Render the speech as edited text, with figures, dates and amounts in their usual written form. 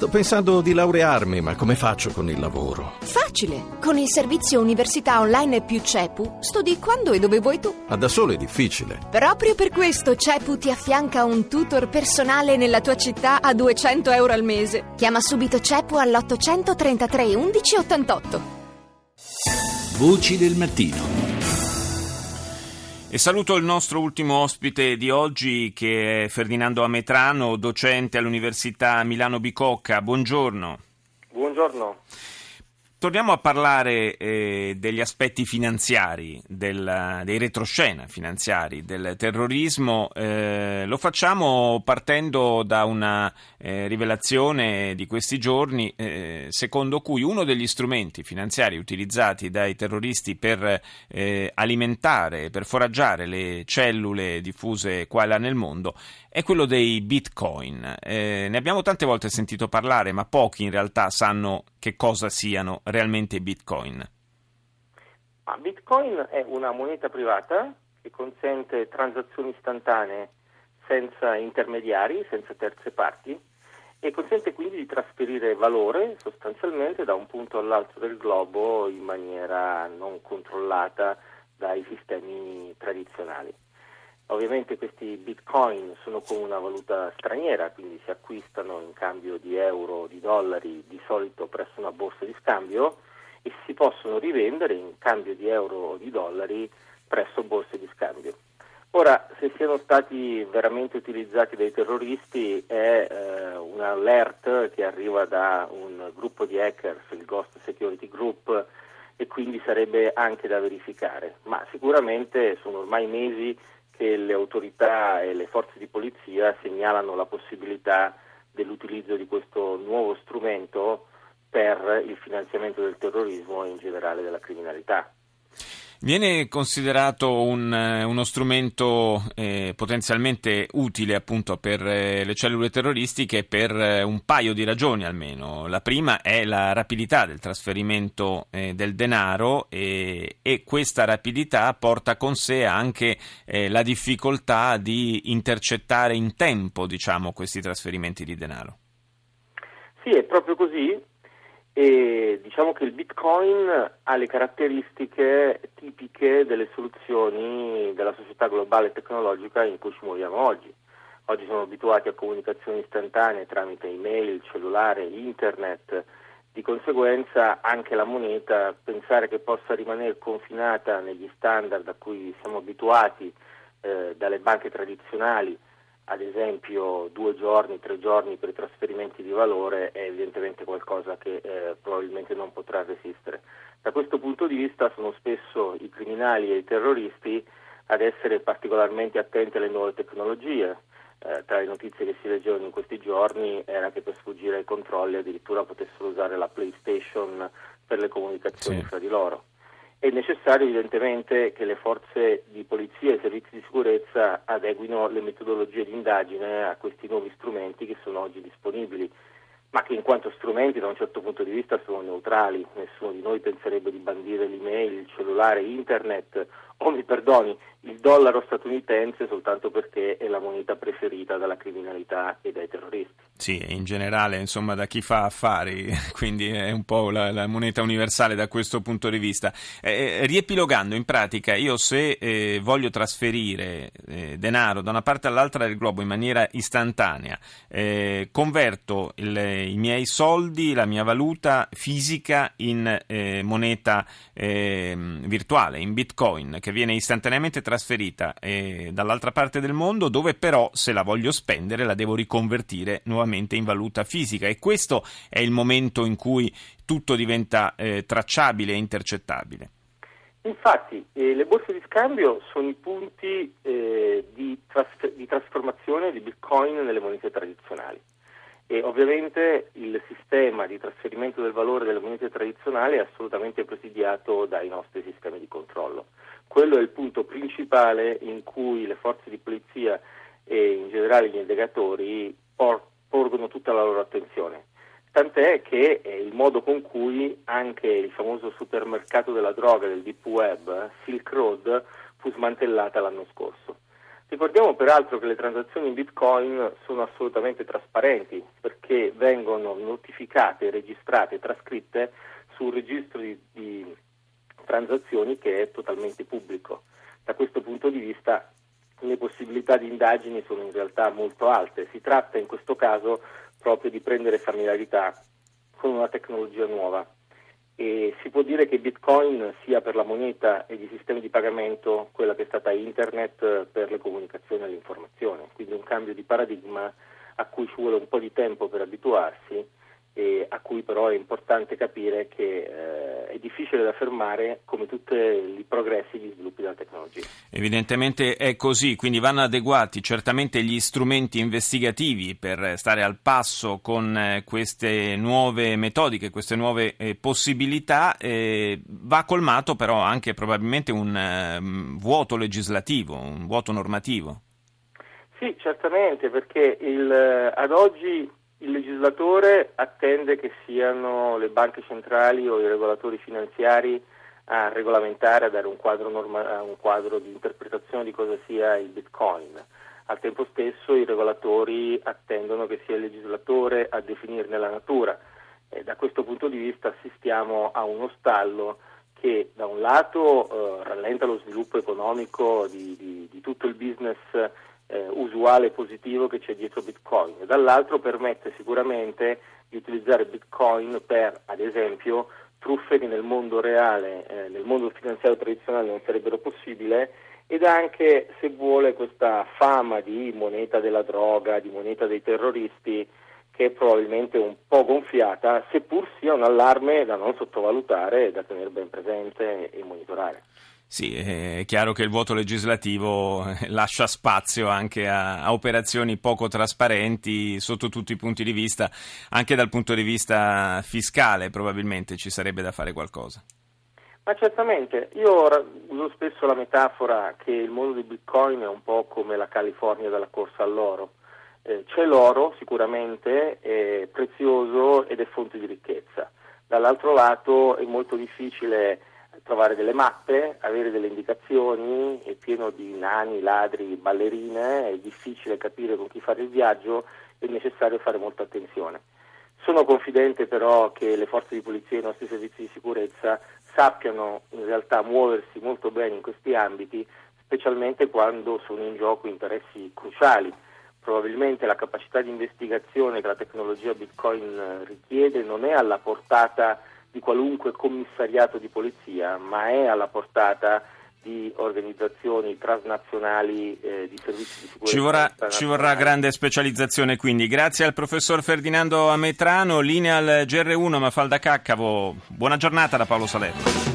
Sto pensando di laurearmi, ma come faccio con il lavoro? Facile! Con il servizio Università Online più CEPU studi quando e dove vuoi tu. Ma da solo è difficile. Proprio per questo CEPU ti affianca un tutor personale nella tua città a €200 al mese. Chiama subito CEPU all'833 11 88. Voci del mattino. E saluto il nostro ultimo ospite di oggi, che è Ferdinando Ametrano, docente all'Università Milano Bicocca. Buongiorno. Buongiorno. Torniamo a parlare degli aspetti finanziari, dei retroscena finanziari del terrorismo. Lo facciamo partendo da una rivelazione di questi giorni, secondo cui uno degli strumenti finanziari utilizzati dai terroristi per alimentare, per foraggiare le cellule diffuse qua e là nel mondo è quello dei bitcoin. Ne abbiamo tante volte sentito parlare, ma pochi in realtà sanno che cosa siano realmente i bitcoin. Bitcoin è una moneta privata che consente transazioni istantanee senza intermediari, senza terze parti, e consente quindi di trasferire valore sostanzialmente da un punto all'altro del globo in maniera non controllata dai sistemi tradizionali. Ovviamente questi bitcoin sono come una valuta straniera, quindi si acquistano in cambio di euro o di dollari, di solito presso una borsa di scambio, e si possono rivendere in cambio di euro o di dollari presso borse di scambio. Ora, se siano stati veramente utilizzati dai terroristi è un alert che arriva da un gruppo di hackers, il Ghost Security Group, e quindi sarebbe anche da verificare, ma sicuramente sono ormai mesi che le autorità e le forze di polizia segnalano la possibilità dell'utilizzo di questo nuovo strumento per il finanziamento del terrorismo e in generale della criminalità. Viene considerato uno strumento potenzialmente utile appunto per le cellule terroristiche per un paio di ragioni almeno. La prima è la rapidità del trasferimento del denaro e questa rapidità porta con sé anche la difficoltà di intercettare in tempo, diciamo, questi trasferimenti di denaro. Sì, è proprio così. E diciamo che il Bitcoin ha le caratteristiche tipiche delle soluzioni della società globale e tecnologica in cui ci muoviamo oggi. Oggi siamo abituati a comunicazioni istantanee tramite email, cellulare, internet. Di conseguenza anche la moneta, pensare che possa rimanere confinata negli standard a cui siamo abituati dalle banche tradizionali, ad esempio 2 giorni, 3 giorni per i trasferimenti di valore, è evidentemente qualcosa che probabilmente non potrà resistere. Da questo punto di vista sono spesso i criminali e i terroristi ad essere particolarmente attenti alle nuove tecnologie. Tra le notizie che si leggevano in questi giorni era che per sfuggire ai controlli addirittura potessero usare la PlayStation per le comunicazioni fra di loro. È necessario evidentemente che le forze di polizia e i servizi di sicurezza adeguino le metodologie di indagine a questi nuovi strumenti che sono oggi disponibili, ma che in quanto strumenti da un certo punto di vista sono neutrali. Nessuno di noi penserebbe di bandire l'email, il cellulare, internet o, mi perdoni, il dollaro statunitense soltanto perché è la moneta preferita dalla criminalità e dai terroristi. Sì, in generale, insomma, da chi fa affari, quindi è un po' la moneta universale da questo punto di vista. Riepilogando, in pratica, io se voglio trasferire denaro da una parte all'altra del globo in maniera istantanea, converto i miei soldi, la mia valuta fisica in moneta virtuale, in bitcoin, che viene istantaneamente trasferita dall'altra parte del mondo, dove però, se la voglio spendere, la devo riconvertire nuovamente in valuta fisica, e questo è il momento in cui tutto diventa tracciabile e intercettabile. Infatti le borse di scambio sono i punti di trasformazione di Bitcoin nelle monete tradizionali, e ovviamente il sistema di trasferimento del valore delle monete tradizionali è assolutamente presidiato dai nostri sistemi di controllo. Quello è il punto principale in cui le forze di polizia e in generale gli indagatori porgono tutta la loro attenzione, tant'è che è il modo con cui anche il famoso supermercato della droga del Deep Web, Silk Road, fu smantellata l'anno scorso. Ricordiamo peraltro che le transazioni in Bitcoin sono assolutamente trasparenti perché vengono notificate, registrate, trascritte su un registro di transazioni che è totalmente pubblico. Da questo punto di vista le possibilità di indagini sono in realtà molto alte. Si tratta in questo caso proprio di prendere familiarità con una tecnologia nuova. E si può dire che Bitcoin sia per la moneta e i sistemi di pagamento quella che è stata Internet per le comunicazioni e l'informazione, quindi un cambio di paradigma a cui ci vuole un po' di tempo per abituarsi e a cui però è importante capire che è difficile da fermare come tutti i progressi e gli sviluppi della tecnologia. Evidentemente è così, quindi vanno adeguati certamente gli strumenti investigativi per stare al passo con queste nuove metodiche, queste nuove possibilità. Va colmato però anche probabilmente un vuoto legislativo, un vuoto normativo. Sì, certamente, perché ad oggi il legislatore attende che siano le banche centrali o i regolatori finanziari a regolamentare, a dare un quadro di interpretazione di cosa sia il Bitcoin. Al tempo stesso i regolatori attendono che sia il legislatore a definirne la natura. Da questo punto di vista assistiamo a uno stallo che da un lato rallenta lo sviluppo economico di tutto il business usuale e positivo che c'è dietro Bitcoin, e dall'altro permette sicuramente di utilizzare Bitcoin per, ad esempio, truffe che nel mondo reale, nel mondo finanziario tradizionale non sarebbero possibili, ed anche, se vuole, questa fama di moneta della droga, di moneta dei terroristi, che è probabilmente un po' gonfiata, seppur sia un allarme da non sottovalutare e da tenere ben presente e monitorare. Sì, è chiaro che il vuoto legislativo lascia spazio anche a operazioni poco trasparenti sotto tutti i punti di vista, anche dal punto di vista fiscale probabilmente ci sarebbe da fare qualcosa. Ma certamente, io uso spesso la metafora che il mondo di Bitcoin è un po' come la California della corsa all'oro. C'è l'oro sicuramente, è prezioso ed è fonte di ricchezza. Dall'altro lato è molto difficile trovare delle mappe, avere delle indicazioni, è pieno di nani, ladri, ballerine, è difficile capire con chi fare il viaggio, è necessario fare molta attenzione. Sono confidente però che le forze di polizia e i nostri servizi di sicurezza sappiano in realtà muoversi molto bene in questi ambiti, specialmente quando sono in gioco interessi cruciali. Probabilmente la capacità di investigazione che la tecnologia Bitcoin richiede non è alla portata di qualunque commissariato di polizia, ma è alla portata di organizzazioni transnazionali di servizi di sicurezza. Ci vorrà grande specializzazione, quindi. Grazie al professor Ferdinando Ametrano, linea al GR1 Mafalda Caccavo. Buona giornata da Paolo Salerno.